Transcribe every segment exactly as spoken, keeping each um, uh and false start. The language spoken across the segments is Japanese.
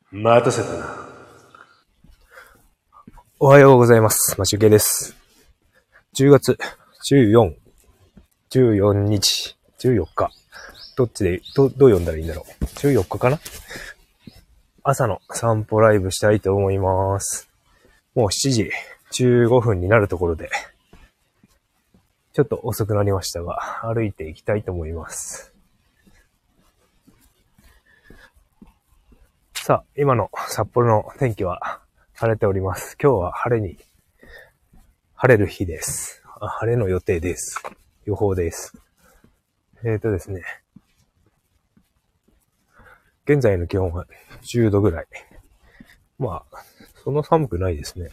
待たせたな。 おはようございます。マシュケです。じゅうがつじゅうよっか、じゅうよっか、じゅうよっか。どっちで、ど、どう読んだらいいんだろう。じゅうよっかかな。朝の散歩ライブしたいと思います。もうしちじじゅうごふんになるところで、ちょっと遅くなりましたが、歩いていきたいと思います。さあ、今の札幌の天気は晴れております。今日は晴れに、晴れる日です。あ、晴れの予定です。予報です。えーとですね。現在の気温はじゅうどぐらい。まあ、そんな寒くないですね。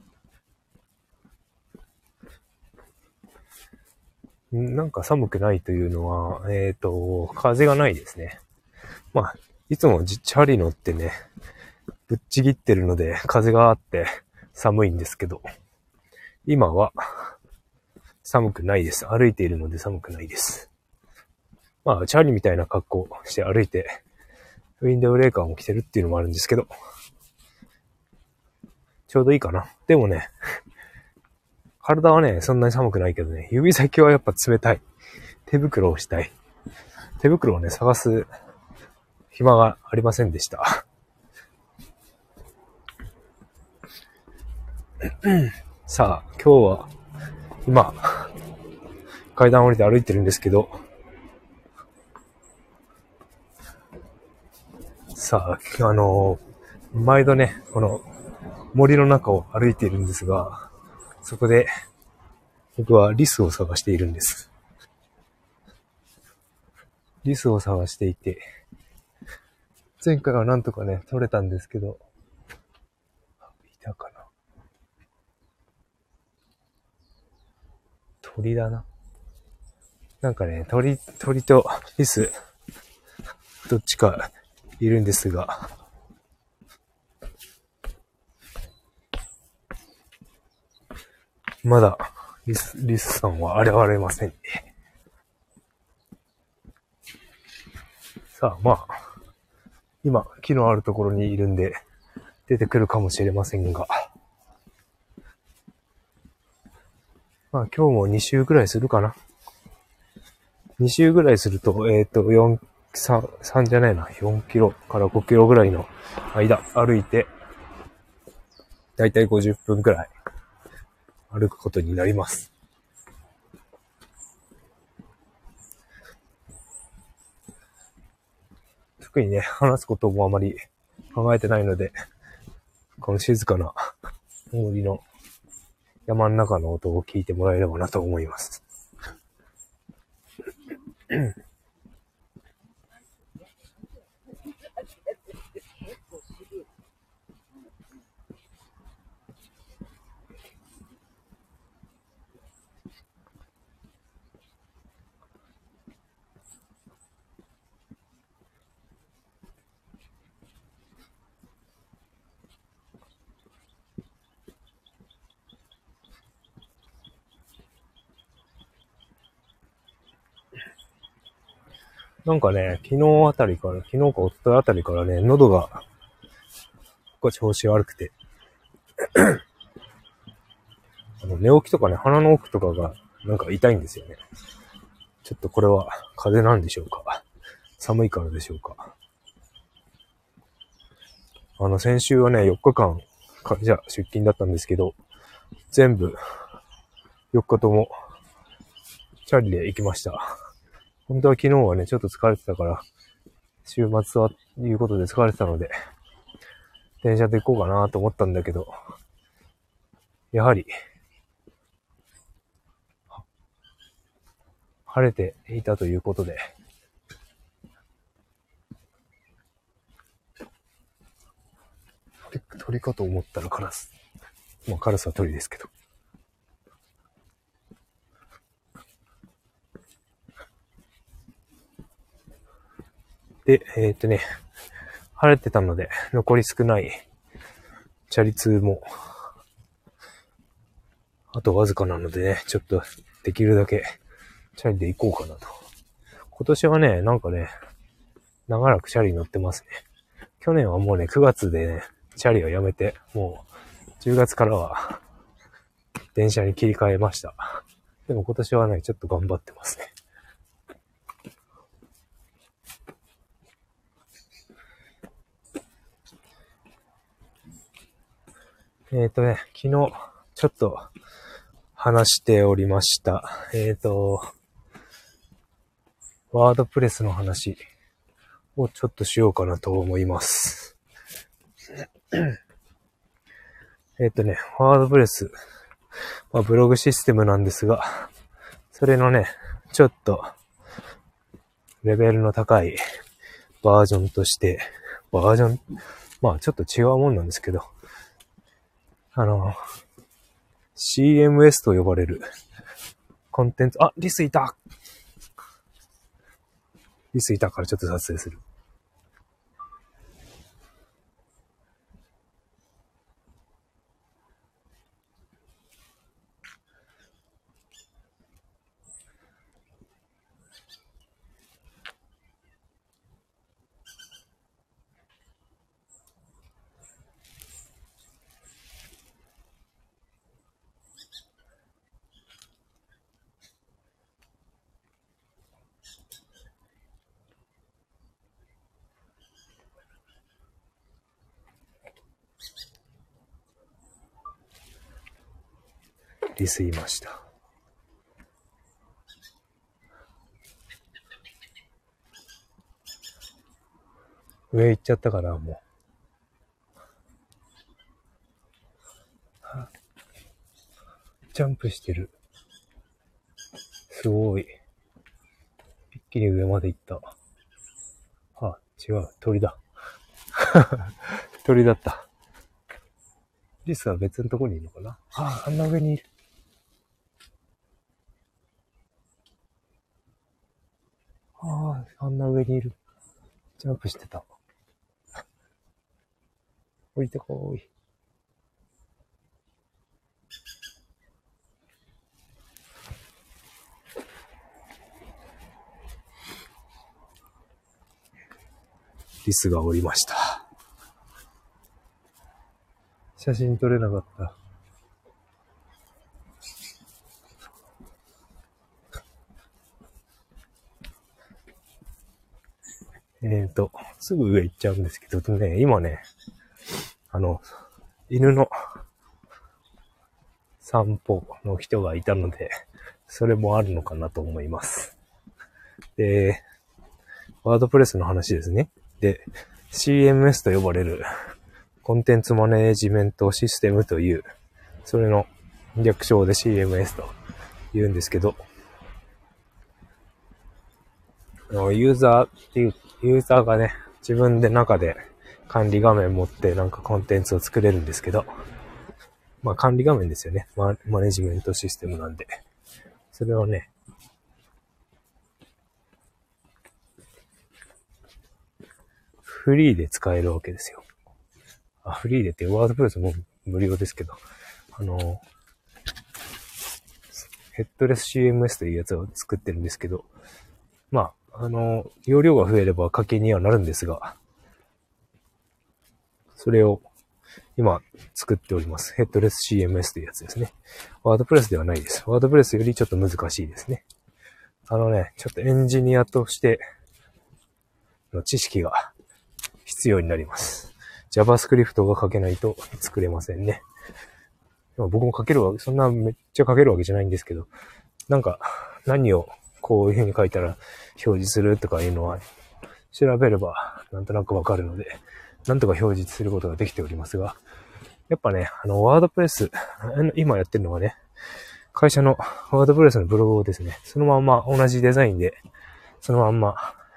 なんか寒くないというのは、えーと、風がないですね。まあ、いつもチャリ乗ってね、ぶっちぎってるので風があって寒いんですけど、今は寒くないです。歩いているので寒くないです。まあ、チャリみたいな格好して歩いて、ウィンドウブレーカーも着てるっていうのもあるんですけど、ちょうどいいかな。でもね、体はね、そんなに寒くないけどね、指先はやっぱ冷たい。手袋をしたい。手袋をね、探す暇がありませんでした。さあ、今日は、今、階段降りて歩いてるんですけど、さあ、あのー、毎度ね、この森の中を歩いているんですが、そこで僕はリスを探しているんです。リスを探していて、前回はなんとかね、取れたんですけど、いたかな。鳥だな。なんかね、鳥、鳥とリス、どっちかいるんですが、まだリス、リスさんは現れませんね。さあ、まあ、今、木のあるところにいるんで、出てくるかもしれませんが、まあ今日もに周ぐらいするかな。に周ぐらいすると、えっと、よん、さん、さんじゃないな、よんキロからごキロぐらいの間歩いて、だいたいごじゅっぷんくらい歩くことになります。特にね、話すこともあまり考えてないので、この静かな森の山の中の音を聞いてもらえればなと思います。なんかね、昨日あたりから、昨日か一昨日あたりからね、喉が、が調子悪くて、あの寝起きとかね、鼻の奥とかがなんか痛いんですよね。ちょっとこれは風邪なんでしょうか。寒いからでしょうか。あの先週はね、よっかかん会社出勤だったんですけど、全部よっかともチャリで行きました。本当は昨日はね、ちょっと疲れてたから、週末はいうことで疲れてたので、電車で行こうかなと思ったんだけど、やはり、晴れていたということで、鳥かと思ったらカラス。まあカラスは鳥ですけど。で、えー、っとね、晴れてたので、残り少ないチャリ通も、あとわずかなのでね、ちょっとできるだけチャリで行こうかなと。今年はね、なんかね、長らくチャリ乗ってますね。 去年はもうね、くがつでね、チャリをやめて、もうじゅうがつからは電車に切り替えました。でも今年はね、ちょっと頑張ってますね。えっとね、昨日ちょっと話しておりました。えっと、ワードプレスの話をちょっとしようかなと思います。えっとね、ワードプレス、まあ、ブログシステムなんですが、それのね、ちょっとレベルの高いバージョンとして、バージョン、まあちょっと違うもんなんですけど、あの、シーエムエス と呼ばれるコンテンツ、あ、リスいたリスいたからちょっと撮影する。リスいました。上行っちゃったからもう。ジャンプしてる。すごい。一気に上まで行った。あ、違う。鳥だ。鳥だった。リスは別のところにいるのかな。あ、あんな上にいる。ああ、あんな上にいる。ジャンプしてた。降りてこーい。リスが降りました。写真撮れなかった。えーと、すぐ上行っちゃうんですけどね、今ね、あの、犬の散歩の人がいたので、それもあるのかなと思います。で、ワードプレスの話ですね。で、シーエムエス と呼ばれるコンテンツマネージメントシステムという、それの略称で シーエムエス と言うんですけど、ユーザーっていう、ユーザーがね、自分で中で管理画面持ってなんかコンテンツを作れるんですけど、まあ管理画面ですよね。マ、マネジメントシステムなんで。それをね、フリーで使えるわけですよ。あ、フリーでってワードプレスも無料ですけど、あの、ヘッドレス シーエムエス というやつを作ってるんですけど、まあ、あの、容量が増えれば課金にはなるんですが、それを今作っております。ヘッドレス シーエムエス というやつですね。ワードプレスではないです。ワードプレスよりちょっと難しいですね。あのね、ちょっとエンジニアとしての知識が必要になります。JavaScript が書けないと作れませんね。でも僕も書けるわけ、そんなめっちゃ書けるわけじゃないんですけど、なんか何をこういう風に書いたら表示するとかいうのは調べればなんとなくわかるので、なんとか表示することができておりますが、やっぱね、あの、ワードプレス、今やってるのはね、会社のワードプレスのブログをですね、そのまんま同じデザインで、そのまんま、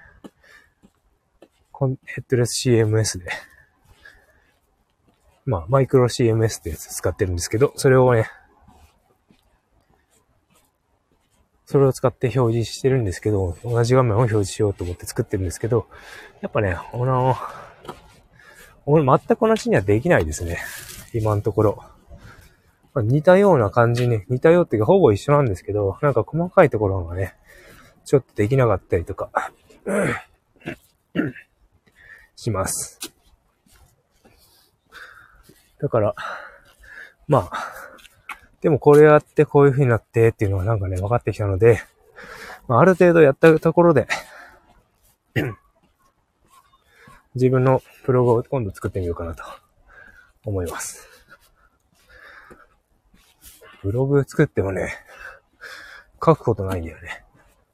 ヘッドレス シーエムエス で、まあ、マイクロ シーエムエス ってやつ使ってるんですけど、それをね、それを使って表示してるんですけど、同じ画面を表示しようと思って作ってるんですけど、やっぱね、あの、全く同じにはできないですね。今のところ。まあ、似たような感じに、似たようっていうかほぼ一緒なんですけど、なんか細かいところがね、ちょっとできなかったりとか、します。 だから、まあ、でもこれやってこういう風になってっていうのはなんかね、分かってきたので、まあ、ある程度やったところで、自分のブログを今度作ってみようかなと思います。ブログ作ってもね、書くことないんだよね。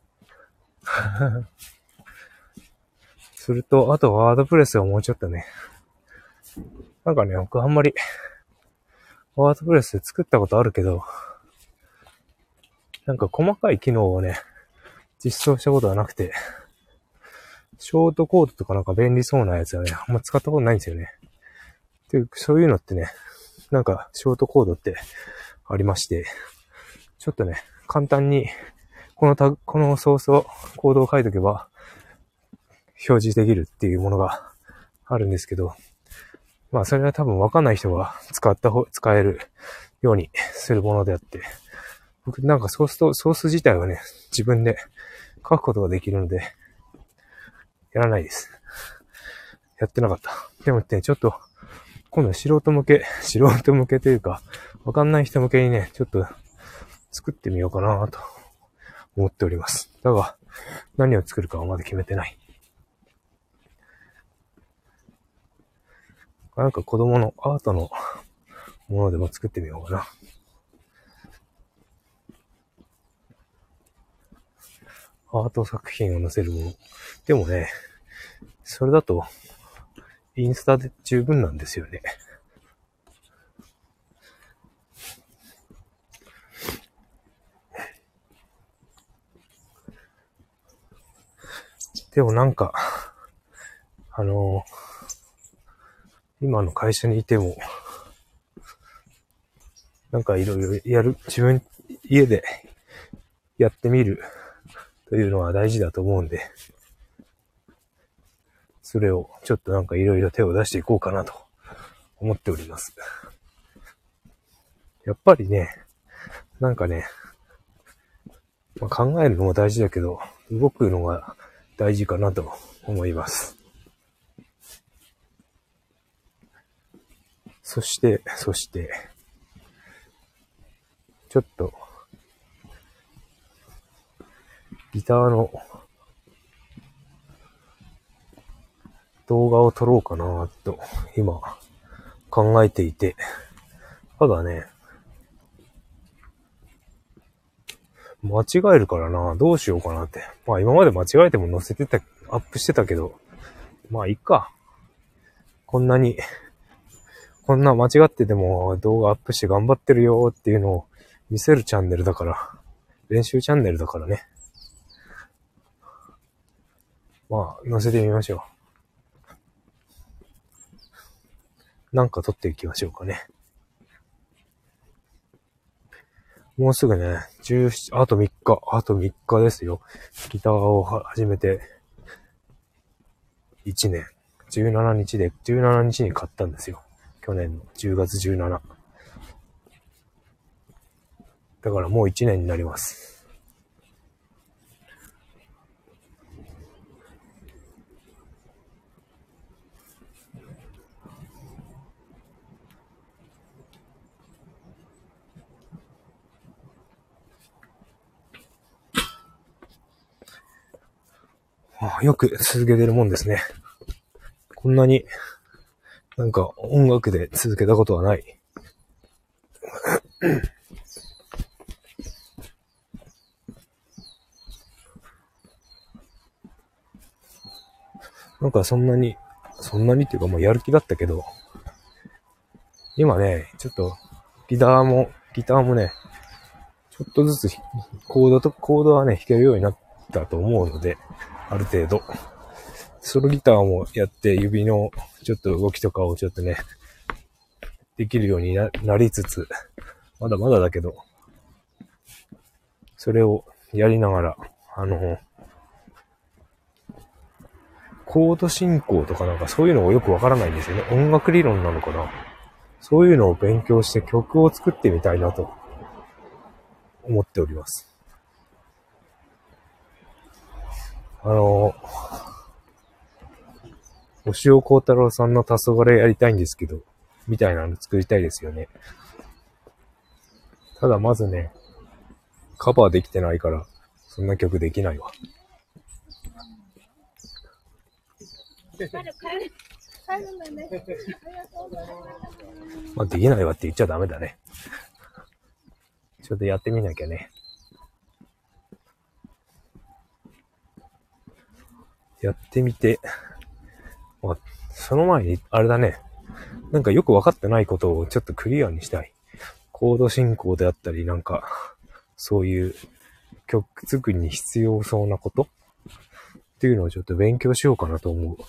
すると、あとワードプレスをもうちょっとね、なんかね、僕あんまり、ワードプレスで作ったことあるけど、なんか細かい機能をね、実装したことはなくて、ショートコードとかなんか便利そうなやつはね、あんま使ったことないんですよね。で、そういうのってね、なんかショートコードってありまして、ちょっとね、簡単に、このタグ、このソースを、コードを書いとけば、表示できるっていうものがあるんですけど、まあそれは多分わかんない人が使った方、使えるようにするものであって、僕なんかソースと、ソース自体はね、自分で書くことができるので、やらないです。やってなかった。でもね、ちょっと、今度素人向け、素人向けというか、わかんない人向けにね、ちょっと作ってみようかなと思っております。だが、何を作るかはまだ決めてない。なんか子供のアートのものでも作ってみようかな。アート作品を載せるもの。でもね、それだと、インスタで十分なんですよね。でもなんか、あのー、今の会社にいても、なんかいろいろやる、自分、家でやってみるというのは大事だと思うんで、それをちょっとなんかいろいろ手を出していこうかなと思っております。やっぱりね、なんかね、まあ、考えるのも大事だけど、動くのが大事かなと思います。そして、そして、ちょっと、ギターの動画を撮ろうかなと今考えていて、ただね、間違えるからな、どうしようかなって。まあ今まで間違えても載せてた、アップしてたけど、まあいいか。こんなに、こんな間違ってても動画アップして頑張ってるよっていうのを見せるチャンネルだから、練習チャンネルだからね。まあ載せてみましょう。なんか撮っていきましょうかね。もうすぐね、じゅうなな、あとみっか、あとみっかですよ。ギターを始めて、いちねん。じゅうしちにちで、じゅうしちにちに買ったんですよ。去年のじゅうがつじゅうしち。だからもういちねんになります。ああ、よく続けてるもんですね。こんなになんか音楽で続けたことはない。なんかそんなに、そんなにっていうかもうやる気だったけど、今ね、ちょっとギターも、ギターもね、ちょっとずつコードと、コードはね、弾けるようになったと思うので、ある程度。ソロギターもやって指のちょっと動きとかをちょっとね、できるように な, なりつつ、まだまだだけど、それをやりながら、あの、コード進行とかなんかそういうのがよくわからないんですよね。音楽理論なのかな。そういうのを勉強して曲を作ってみたいなと思っております。あの、押尾幸太郎さんの黄昏やりたいんですけど、 みたいなの作りたいですよね。ただまずね、カバーできてないから、そんな曲できないわ。まあ、できないわって言っちゃダメだね。ちょっとやってみなきゃね。やってみて、まあ、その前に、あれだね。なんかよくわかってないことをちょっとクリアにしたい。コード進行であったり、なんか、そういう曲作りに必要そうなことっていうのをちょっと勉強しようかなと思う。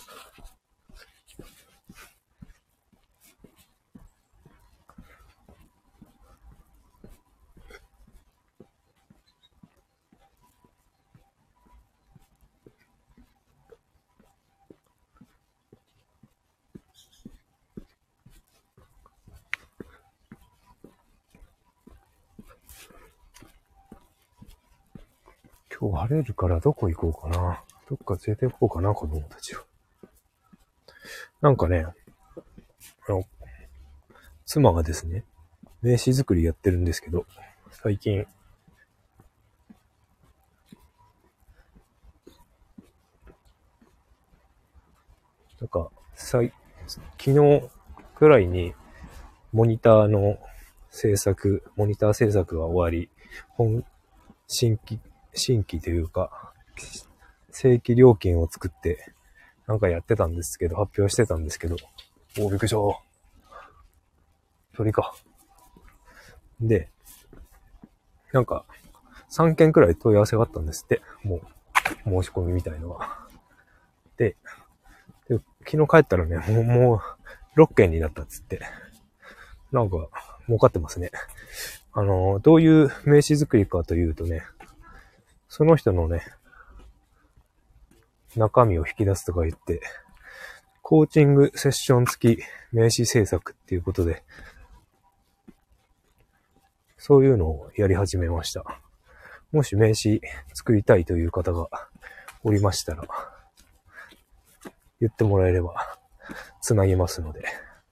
今日晴れるからどこ行こうかな。どっか連れて行こうかな、子供たちを。なんかね、あの、妻がですね、名刺作りやってるんですけど、最近、なんか、さい、昨日くらいに、モニターの制作、モニター制作が終わり、本、新規、新規というか、正規料金を作って、なんかやってたんですけど、発表してたんですけど、おー、びっくりした。それか。で、なんか、さんけんくらい問い合わせがあったんですって。もう、申し込みみたいのは。で、で昨日帰ったらね、もう、もう、ろっけんになったっつって。なんか、儲かってますね。あの、どういう名刺作りかというとね、その人のね、中身を引き出すとか言って、コーチングセッション付き名刺制作っていうことで、そういうのをやり始めました。もし名刺作りたいという方がおりましたら、言ってもらえれば、つなぎますので。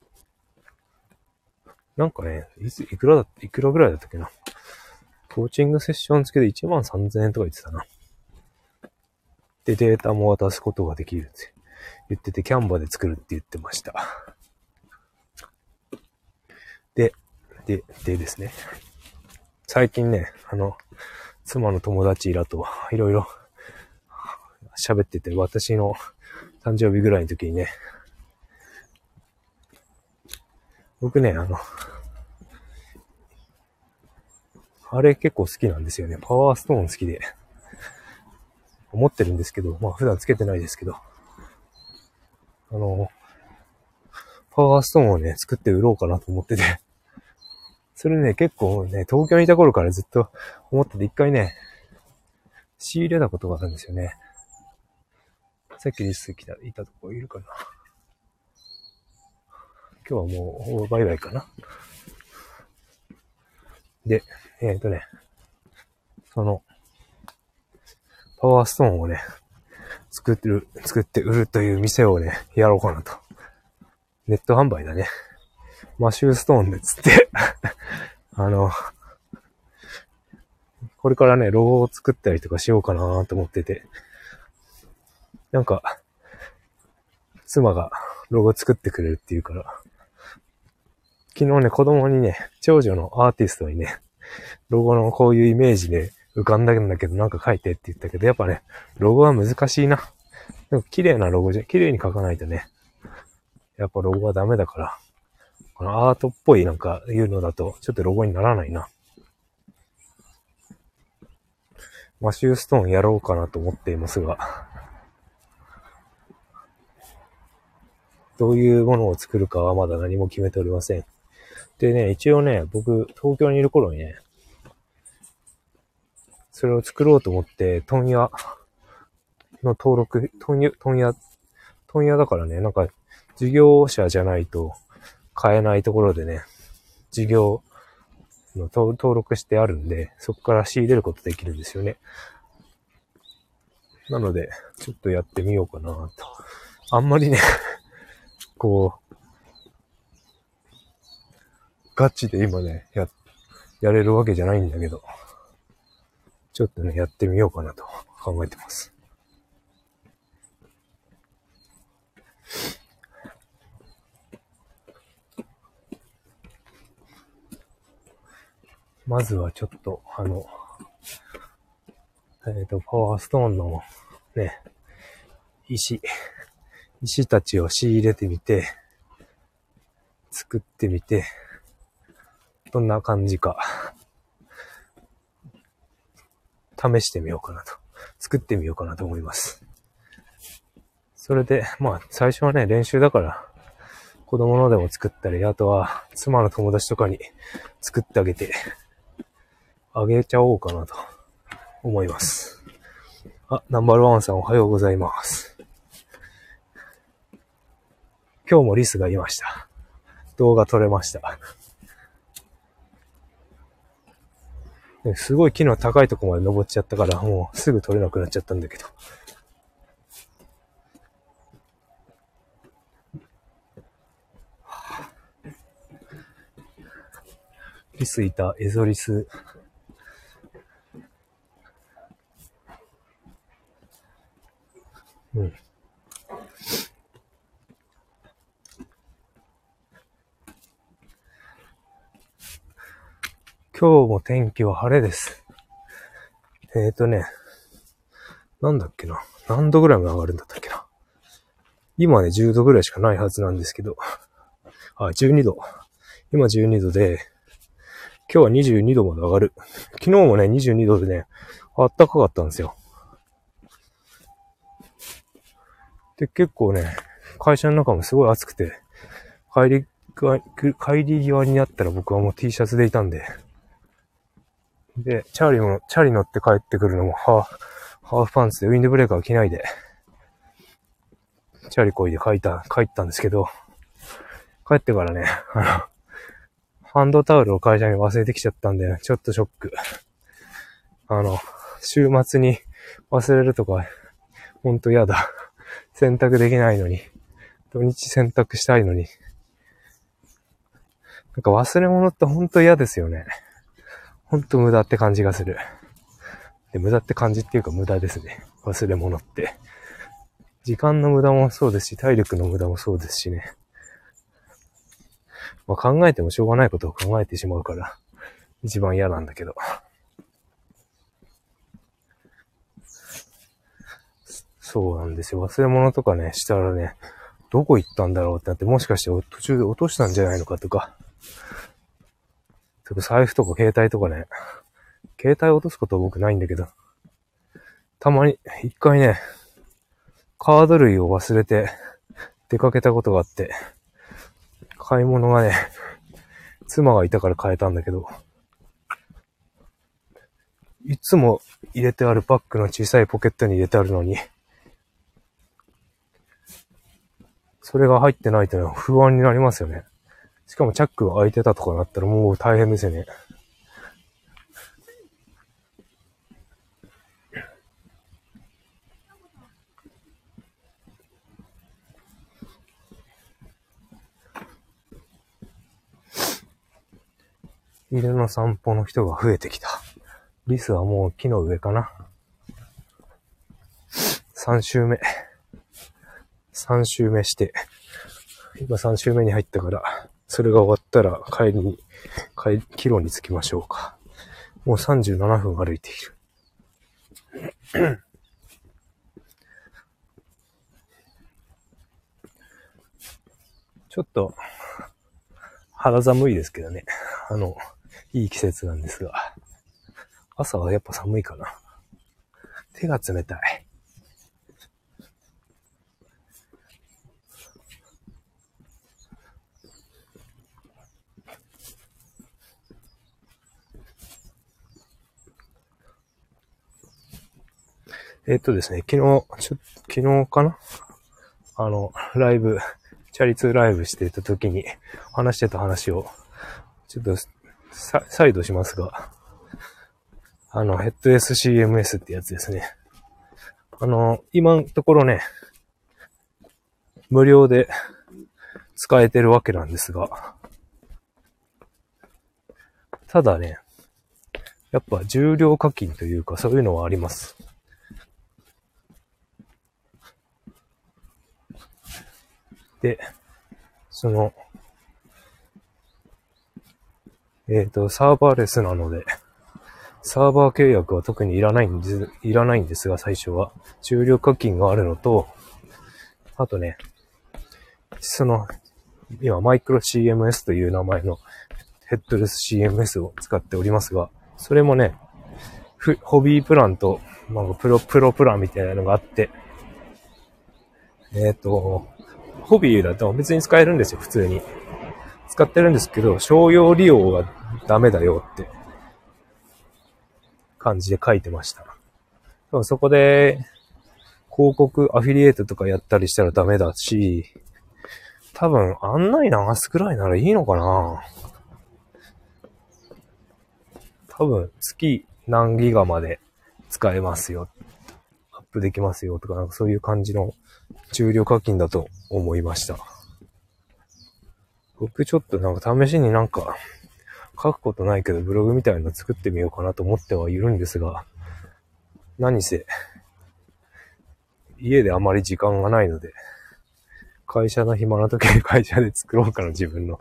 なんかね、いつ、いくらだ、いくらぐらいだったっけな。コーチングセッション付きでいちまんさんぜんえんとか言ってたな。で、データも渡すことができるって言ってて、キャンバで作るって言ってました。で、で、でですね。最近ね、あの、妻の友達らといろいろ喋ってて、私の誕生日ぐらいの時にね、僕ね、あの、あれ結構好きなんですよね。パワーストーン好きで。思ってるんですけど、まあ普段つけてないですけど、あの、パワーストーンをね、作って売ろうかなと思ってて、それね、結構ね、東京にいた頃からずっと思ってて、一回ね、仕入れたことがあるんですよね。さっきリス来た、いたとこいるかな。今日はもう、バイバイかな。で、えっとね、その、パワーストーンをね、作ってる、作って売るという店をね、やろうかなと。ネット販売だね。マシューストーンでつって、あの、これからね、ロゴを作ったりとかしようかなと思ってて、なんか、妻がロゴ作ってくれるっていうから、昨日ね、子供にね、長女のアーティストにね、ロゴのこういうイメージで浮かんだんだけどなんか書いてって言ったけど、やっぱね、ロゴは難しいな。でも綺麗なロゴじゃ、綺麗に書かないとね、やっぱロゴはダメだから、このアートっぽいなんかいうのだと、ちょっとロゴにならないな。マシューストーンやろうかなと思っていますが、どういうものを作るかはまだ何も決めておりません。でね、一応ね、僕、東京にいる頃にね、それを作ろうと思って、問屋の登録、問屋、問屋、問屋だからね、なんか、事業者じゃないと買えないところでね、事業の登録してあるんで、そこから仕入れることできるんですよね。なので、ちょっとやってみようかなと。あんまりね、こう、 ガチで今ね、や、やれるわけじゃないんだけど、ちょっとね、やってみようかなと考えてます。まずはちょっと、あの、えっと、パワーストーンのね、石、石たちを仕入れてみて、作ってみて、どんな感じか、試してみようかなと。作ってみようかなと思います。それで、まあ、最初はね、練習だから、子供のでも作ったり、あとは、妻の友達とかに作ってあげて、あげちゃおうかなと思います。あ、ナンバーワンさんおはようございます。今日もリスがいました。動画撮れました。すごい木の高いところまで登っちゃったから、もうすぐ撮れなくなっちゃったんだけど。リスいた、エゾリス。うん。今日も天気は晴れです。えーとね、なんだっけな。何度ぐらいまで上がるんだったっけな。今ね、じゅうどぐらいしかないはずなんですけど。あ、じゅうにど。今じゅうにどで、今日はにじゅうにどまで上がる。昨日もね、にじゅうにどでね、あったかかったんですよ。で、結構ね、会社の中もすごい暑くて、帰り、帰り際になったら僕はもう T シャツでいたんで、で、チャーリーも、チャリ乗って帰ってくるのもハーフ、ハーフパンツでウィンドブレーカー着ないで、チャリこいで帰った、帰ったんですけど、帰ってからね、あの、ハンドタオルを会社に忘れてきちゃったんで、ちょっとショック。あの、週末に忘れるとか、ほんとやだ。洗濯できないのに。土日洗濯したいのに。なんか忘れ物ってほんと嫌ですよね。ほんと無駄って感じがする。で、無駄って感じっていうか無駄ですね。忘れ物って。時間の無駄もそうですし、体力の無駄もそうですしね。まあ、考えてもしょうがないことを考えてしまうから、一番嫌なんだけど。そうなんですよ。忘れ物とかね、したらね、どこ行ったんだろうってなって、もしかして途中で落としたんじゃないのかとか、財布とか携帯とかね、携帯落とすことは僕ないんだけど、たまに一回ね、カード類を忘れて出かけたことがあって、買い物がね、妻がいたから買えたんだけど、いつも入れてあるバッグの小さいポケットに入れてあるのに、それが入ってないというのは不安になりますよね。しかもチャックが開いてたとかなったらもう大変ですよね。犬の散歩の人が増えてきた。リスはもう木の上かな。三周目。三周目して、今三周目に入ったから、それが終わったら帰りに、帰、帰路に着きましょうか。もうさんじゅうななふん歩いている。ちょっと、肌寒いですけどね。あの、いい季節なんですが。朝はやっぱ寒いかな。手が冷たい。えっとですね、昨日、ちょ、昨日かなあの、ライブ、チャリツーライブしていた時に話してた話を、ちょっと、再度しますが、あの、ヘッド エスシーエムエス ってやつですね。あの、今のところね、無料で使えてるわけなんですが、 ただね、やっぱ重量課金というかそういうのはあります。で、その、えっと、サーバーレスなので、サーバー契約は特にいらないんです、いらないんですが、最初は。重量課金があるのと、あとね、その、今、マイクロ シーエムエス という名前のヘッドレス シーエムエス を使っておりますが、それもね、ホビープランと、なんかプロ、プロプランみたいなのがあって、えっと、ホビーだと別に使えるんですよ、普通に。使ってるんですけど、商用利用がダメだよって感じで書いてました。でもそこで、広告、アフィリエイトとかやったりしたらダメだし、多分案内流すくらいならいいのかな。多分月何ギガまで使えますよ。アップできますよとか、なんかそういう感じの重量課金だと思いました。僕ちょっとなんか試しになんか書くことないけどブログみたいなの作ってみようかなと思ってはいるんですが、何せ家であまり時間がないので、会社の暇な時に会社で作ろうかな、自分の。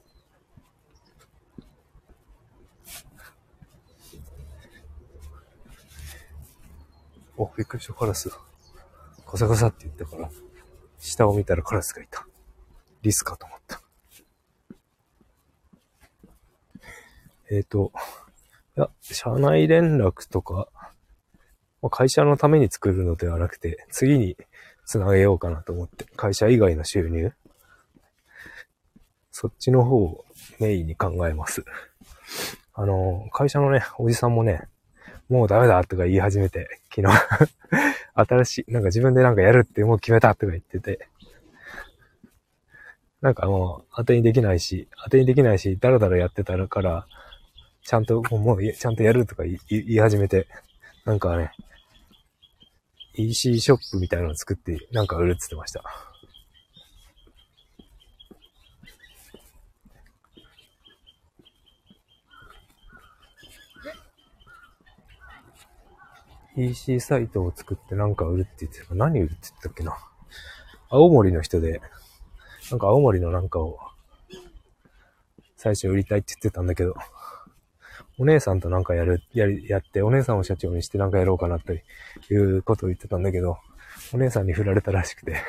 お、びっくりした、カラス。カサカサって言ったから、下を見たらカラスがいた。リスかと思った。えっと、いや、社内連絡とか、会社のために作るのではなくて、次につなげようかなと思って、会社以外の収入、そっちの方をメインに考えます。あの、会社のね、おじさんもね、もうダメだとか言い始めて、昨日、新しい、なんか自分でなんかやるってもう決めたとか言ってて、なんかもう当てにできないし、当てにできないし、だらだらやってたから、ちゃんと、もうちゃんとやるとか言い始めて、なんかね、イーシー ショップみたいなのを作って、なんか売るって言ってました。イーシー サイトを作ってなんか売るって言ってた。何売るって言ったっけな。青森の人で、なんか青森のなんかを最初売りたいって言ってたんだけど、お姉さんとなんかやる、やり、やって、お姉さんを社長にしてなんかやろうかなっていうことを言ってたんだけど、お姉さんに振られたらしくて、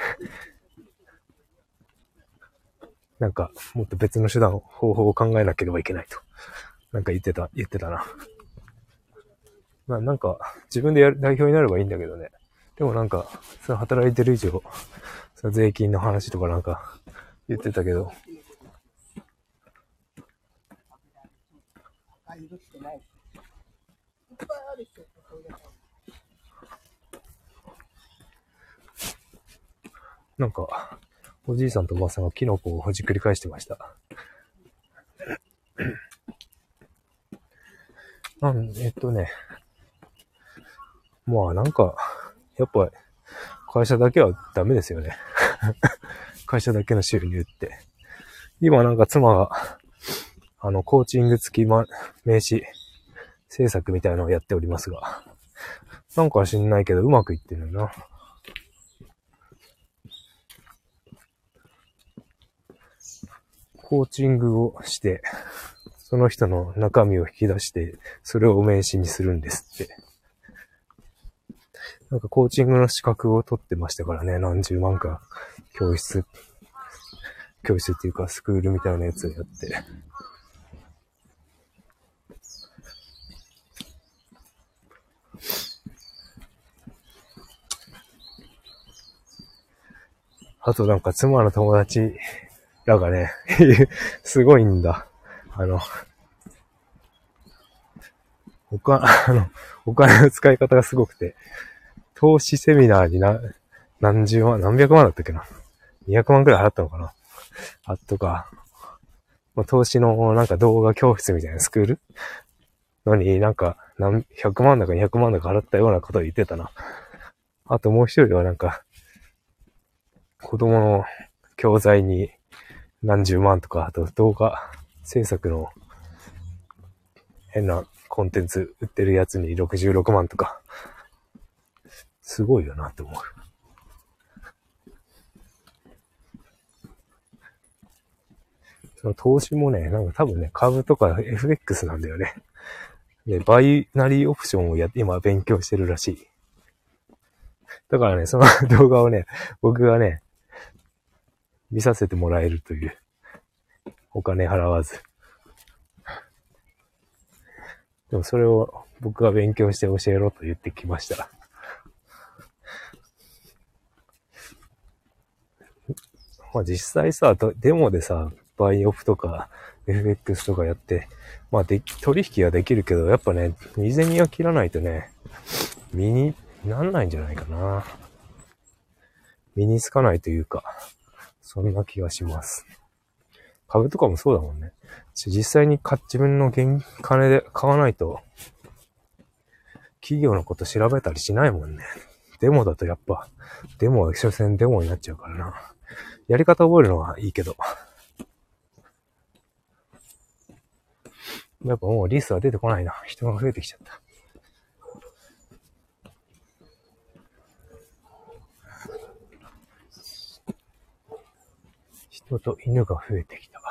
なんかもっと別の手段、方法を考えなければいけないと、なんか言ってた、言ってたな。まあなんか自分でやる代表になればいいんだけどね。でもなんか、その働いてる以上、その税金の話とかなんか言ってたけど、なんか、おじいさんとおばあさんがキノコをほじくり返してました。なん、えっとね、まあなんか、やっぱ、会社だけはダメですよね。会社だけの収入って。今なんか妻が、あの、コーチング付き、ま、名刺制作みたいなのをやっておりますが、なんかは知んないけどうまくいってるな。コーチングをして、その人の中身を引き出して、それをお名刺にするんですって。なんかコーチングの資格を取ってましたからね、何十万か教室、教室っていうかスクールみたいなやつをやって。あとなんか妻の友達らがね、すごいんだ。あの、おか、あの、お金の使い方がすごくて、投資セミナーにな、何十万、何百万だったっけな。にひゃくまんくらい払ったのかな。あとか、投資のなんか動画教室みたいなスクールのになんか何百万だかにひゃくまんだか払ったようなことを言ってたな。あともう一人はなんか、子供の教材に何十万とか、あと動画制作の変なコンテンツ売ってるやつにろくじゅうろくまんとか、すごいよなって思う。その投資もね、なんか多分ね、株とか エフエックス なんだよね。で、バイナリーオプションをやって、今勉強してるらしい。だからね、その動画をね、僕がね、見させてもらえるという。お金払わず。でもそれを僕が勉強して教えろと言ってきました。まあ実際さ、デモでさ、バイオプとか エフエックス とかやって、まあで取引はできるけど、やっぱね、身銭は切らないとね、身になんないんじゃないかな。身につかないというか、そんな気がします。株とかもそうだもんね。実際に自分の現金で買わないと、企業のこと調べたりしないもんね。デモだとやっぱ、デモは所詮デモになっちゃうからな。やり方覚えるのはいいけど。やっぱもうリスは出てこないな。人が増えてきちゃった。人と犬が増えてきた。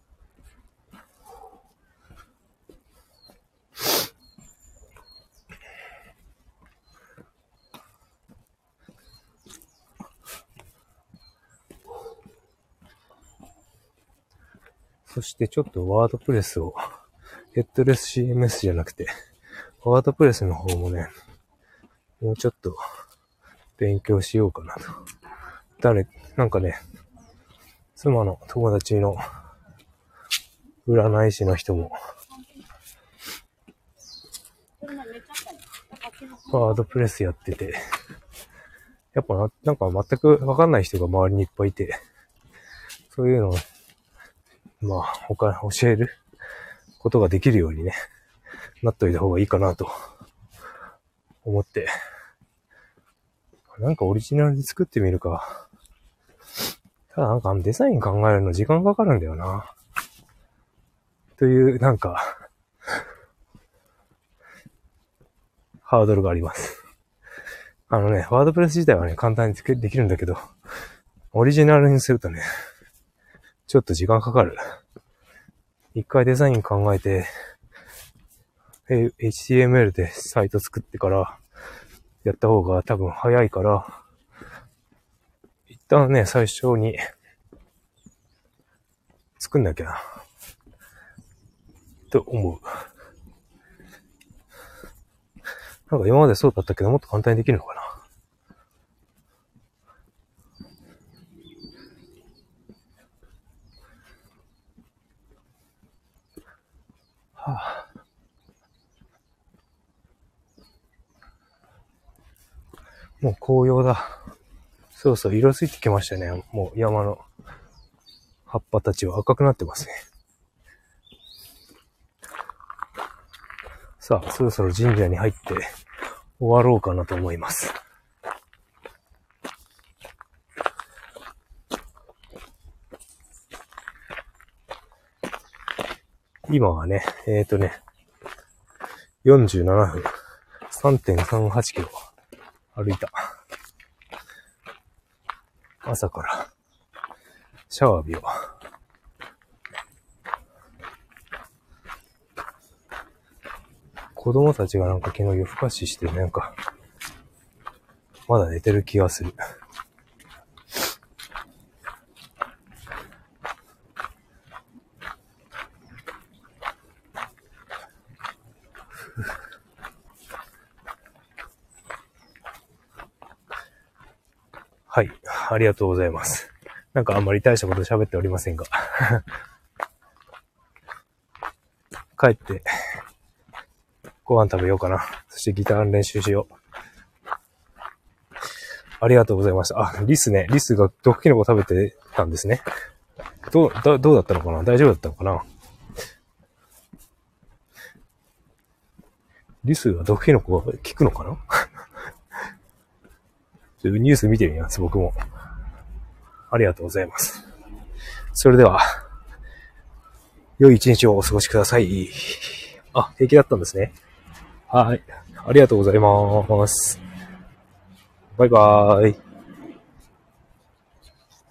そしてちょっとワードプレスを、ヘッドレス シーエムエス じゃなくて、ワードプレスの方もね、もうちょっと勉強しようかなと。誰、なんかね、妻の友達の占い師の人も、ワードプレスやってて、やっぱな、なんか全くわかんない人が周りにいっぱいいて、そういうのを、まあ、他、教えることができるようにね、なっといた方がいいかなと思って、なんかオリジナルで作ってみるか。ただなんかデザイン考えるの時間かかるんだよな。という、なんか、ハードルがあります。あのね、ワードプレス自体はね、簡単に作できるんだけど、オリジナルにするとね、ちょっと時間かかる。一回デザイン考えて、エイチティーエムエル でサイト作ってからやった方が多分早いから、一旦ね、最初に作んなきゃな、と思う。なんか今までそうだったけど、もっと簡単にできるのかな。はあ、もう紅葉だ。そうそう、色づいてきましたね。もう山の葉っぱたちは赤くなってますね。さあ、そろそろ神社に入って終わろうかなと思います。今はね、えっとね、よんじゅうななふん、さんてんさんはちキロ歩いた。朝からシャワー浴びよう。子供たちがなんか昨日夜更かししてなんかまだ寝てる気がする。はい、ありがとうございます。なんかあんまり大したこと喋っておりませんが帰ってご飯食べようかな。そしてギターの練習しよう。ありがとうございました。あ、リスね。リスが毒キノコ食べてたんですね。どう、だ、どうだったのかな？大丈夫だったのかな？リスが毒キノコが効くのかなちょっとニュース見てみます、僕も。ありがとうございます。それでは、良い一日をお過ごしください。 あ、平気だったんですね。はい。ありがとうございます。バイバーイ。